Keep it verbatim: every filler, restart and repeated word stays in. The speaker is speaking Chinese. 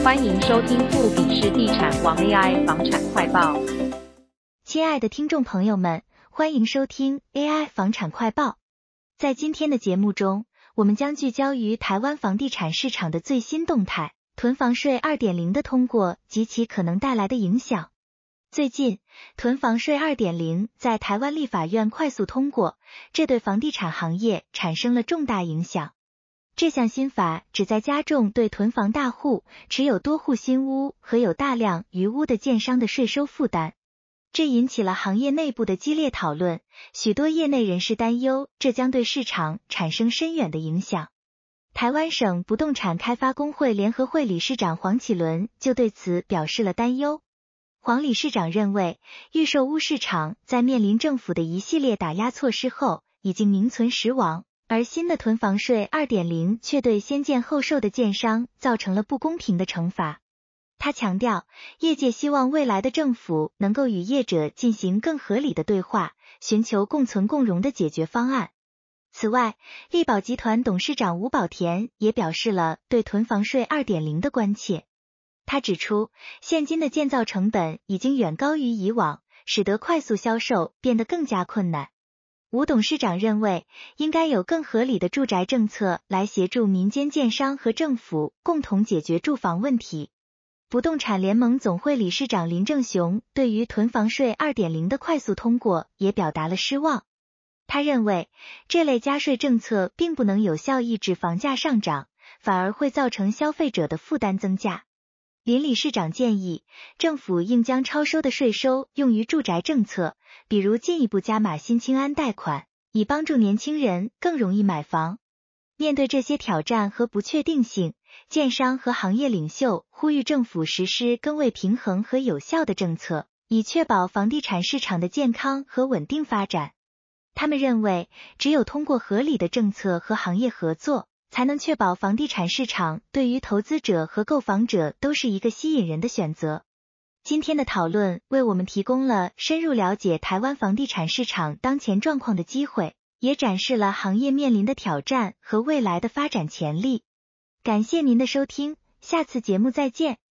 欢迎收听富比士地产王 A I 房产快报。 亲爱的听众朋友们，欢迎收听 A I 房产快报。在今天的节目中，我们将聚焦于台湾房地产市场的最新动态，囤房税 二点零 的通过及其可能带来的影响。最近，囤房税 二点零 在台湾立法院快速通过，这对房地产行业产生了重大影响。这项新法旨在加重对囤房大户、持有多户新屋和有大量余屋的建商的税收负担。这引起了行业内部的激烈讨论，许多业内人士担忧这将对市场产生深远的影响。台湾省不动产开发工会联合会理事长黄启伦就对此表示了担忧。黄理事长认为，预售屋市场在面临政府的一系列打压措施后，已经名存实亡。而新的囤房税 二点零 却对先建后售的建商造成了不公平的惩罚。他强调，业界希望未来的政府能够与业者进行更合理的对话，寻求共存共荣的解决方案。此外，力宝集团董事长吴宝田也表示了对囤房税 二点零 的关切。他指出，现今的建造成本已经远高于以往，使得快速销售变得更加困难。吴董事长认为，应该有更合理的住宅政策来协助民间建商和政府共同解决住房问题。不动产联盟总会理事长林正雄对于囤房税 二点零 的快速通过也表达了失望。他认为，这类加税政策并不能有效抑制房价上涨，反而会造成消费者的负担增加。林理事长建议，政府应将超收的税收用于住宅政策，比如进一步加码新青安贷款，以帮助年轻人更容易买房。面对这些挑战和不确定性，建商和行业领袖呼吁政府实施更为平衡和有效的政策，以确保房地产市场的健康和稳定发展。他们认为，只有通过合理的政策和行业合作，才能确保房地产市场对于投资者和购房者都是一个吸引人的选择。今天的讨论为我们提供了深入了解台湾房地产市场当前状况的机会，也展示了行业面临的挑战和未来的发展潜力。感谢您的收听，下次节目再见。